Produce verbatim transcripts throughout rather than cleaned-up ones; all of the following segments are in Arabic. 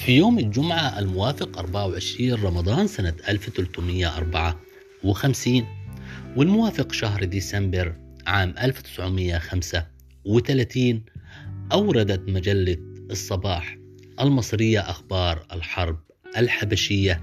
في يوم الجمعة الموافق أربعة وعشرين رمضان سنة ألف وثلاثمئة وأربعة وخمسين والموافق شهر ديسمبر عام ألف وتسعمئة وخمسة وثلاثين، أوردت مجلة الصباح المصرية أخبار الحرب الحبشية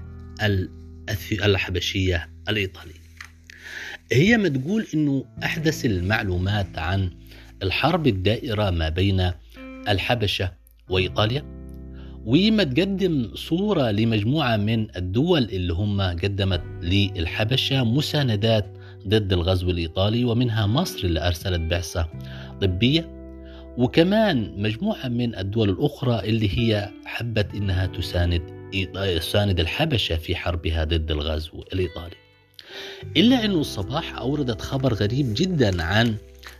الحبشية الإيطالية. هي ما تقول إنه أحدث المعلومات عن الحرب الدائرة ما بين الحبشة وإيطاليا، وما تقدم صورة لمجموعة من الدول اللي هم قدمت للحبشة مساندات ضد الغزو الإيطالي، ومنها مصر اللي أرسلت بعثة طبية، وكمان مجموعة من الدول الأخرى اللي هي حبت إنها تساند تساند الحبشة في حربها ضد الغزو الإيطالي. إلا أنه الصباح أوردت خبر غريب جدا عن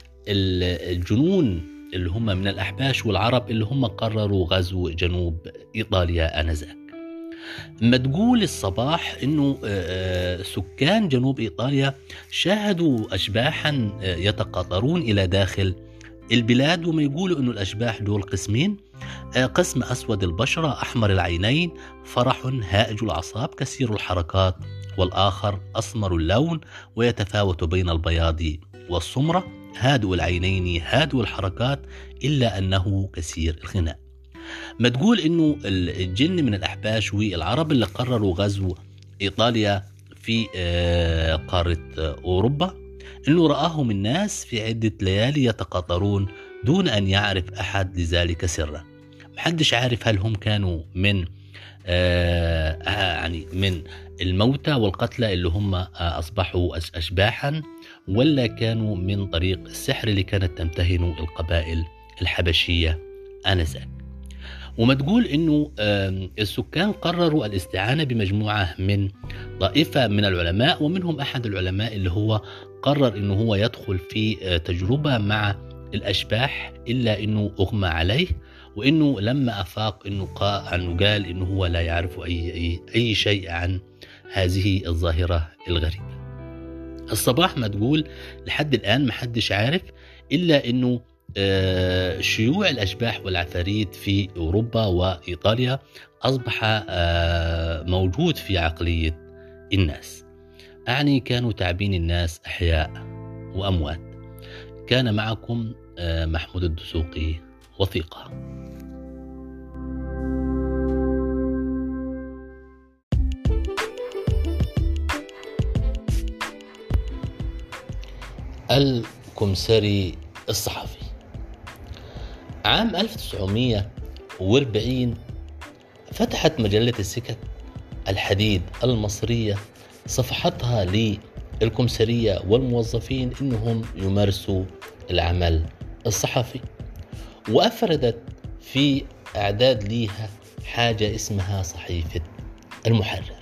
الجنون اللي هم من الأحباش والعرب اللي هم قرروا غزو جنوب إيطاليا آنذاك. ما تقول الصباح إنه سكان جنوب إيطاليا شاهدوا أشباحا يتقاطرون إلى داخل البلاد، وما يقولوا إنه الأشباح دول قسمين: قسم أسود البشرة أحمر العينين فرح هائج الأعصاب كثير الحركات، والآخر أسمر اللون ويتفاوت بين البياض والسمرة هادئ العينين هادئ الحركات إلا أنه كثير الغناء. ما تقول إنه الجن من الأحباش والعرب اللي قرروا غزو إيطاليا في قارة أوروبا إنه رآهم الناس في عدة ليالي يتقاطرون دون أن يعرف أحد لذلك سرا. محدش عارف هل هم كانوا من آه يعني من الموتى والقتلى اللي هم أصبحوا أشباحا، ولا كانوا من طريق السحر اللي كانت تمتهن القبائل الحبشية آنذاك. وما تقول إنه السكان قرروا الاستعانة بمجموعة من طائفة من العلماء، ومنهم أحد العلماء اللي هو قرر إنه هو يدخل في تجربة مع الأشباح، إلا إنه أغمى عليه، وإنه لما أفاق إنه قال إنه هو لا يعرف أي, أي, أي شيء عن هذه الظاهرة الغريبة. الصباح ما تقول لحد الآن محدش عارف إلا إنه شيوع الأشباح والعفاريت في أوروبا وإيطاليا أصبح موجود في عقلية الناس، أعني كانوا تعبين الناس أحياء وأموات. كان معكم محمود الدسوقي، وثيقة. الكمساري الصحفي. عام ألف وتسعمئة وأربعين فتحت مجلة السكك الحديد المصرية صفحتها للكمسارية والموظفين إنهم يمارسوا العمل الصحفي، وأفردت في أعداد ليها حاجة اسمها صحيفة المحرر.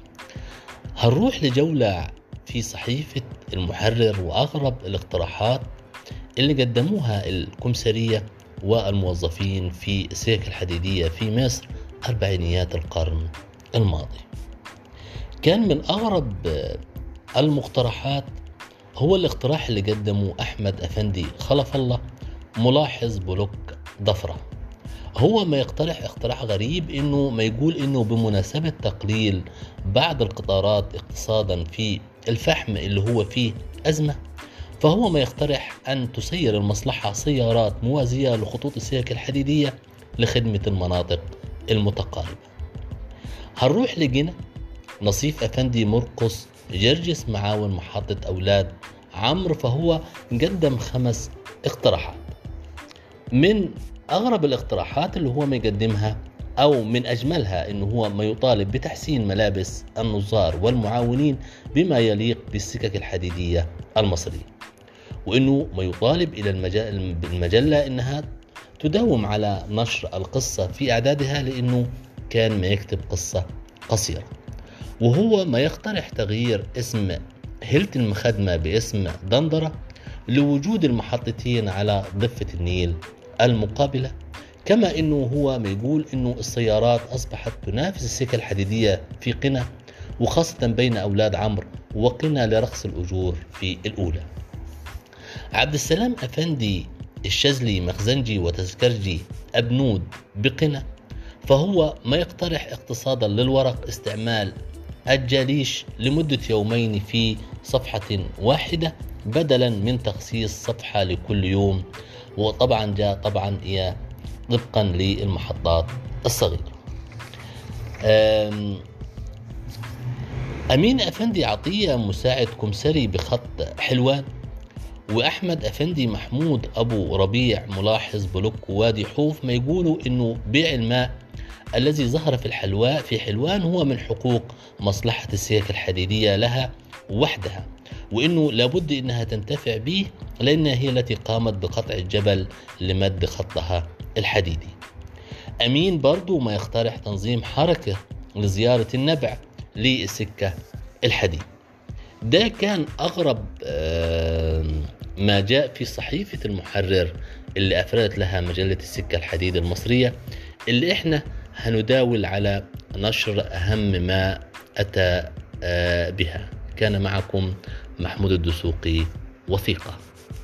هنروح لجولة في صحيفة المحرر وأغرب الاقتراحات اللي قدموها الكمسارية والموظفين في السكك الحديدية في مصر أربعينيات القرن الماضي. كان من أغرب المقترحات هو الاقتراح اللي قدمه أحمد أفندي خلف الله، ملاحظ بلوك ضفرة. هو ما يقترح اقتراح غريب، إنه ما يقول إنه بمناسبة تقليل بعض القطارات اقتصادا في الفحم اللي هو فيه أزمة، فهو ما يقترح أن تسير المصلحة سيارات موازية لخطوط السكك الحديدية لخدمة المناطق المتقاربة. هنروح لجنة نصيف أفندي مرقص جرجس معاون محطة أولاد عمرو، فهو قدم خمس اقتراحات. من أغرب الاقتراحات اللي هو ما يقدمها أو من أجملها إنه هو ما يطالب بتحسين ملابس النظار والمعاونين بما يليق بالسكك الحديدية المصرية، وإنه ما يطالب إلى المجلة إنها تداوم على نشر القصة في أعدادها، لأنه كان ما يكتب قصة قصيرة. وهو ما يقترح تغيير اسم هيلت المخدمة باسم دندرة لوجود المحطتين على ضفة النيل المقابلة، كما إنه هو ما يقول إنه السيارات أصبحت تنافس السكة الحديدية في قنا، وخاصة بين أولاد عمرو وقنا لرخص الأجور في الأولى. عبد السلام أفندي الشاذلي مخزنجي وتذكرجي أبنود بقنا، فهو ما يقترح اقتصادا للورق استعمال الجليش لمدة يومين في صفحة واحدة بدلا من تخصيص صفحة لكل يوم، وطبعا جاء طبعا إياه طبقا للمحطات الصغيرة. أمين أفندي عطية مساعد كمسري بخط حلوان، وأحمد أفندي محمود أبو ربيع ملاحظ بلوك وادي حوف ما يقولوا إنه بيع الماء الذي ظهر في الحلواء في حلوان هو من حقوق مصلحة السكك الحديدية لها وحدها، وإنه لابد إنها تنتفع به لأنها هي التي قامت بقطع الجبل لمد خطها الحديدي. أمين برضو ما يقترح تنظيم حركة لزيارة النبع للسكة الحديد. ده كان أغرب ما جاء في صحيفة المحرر اللي أفردت لها مجلة السكة الحديد المصرية، اللي إحنا هنداول على نشر أهم ما أتى بها. كان معكم محمود الدسوقي، وثيقة.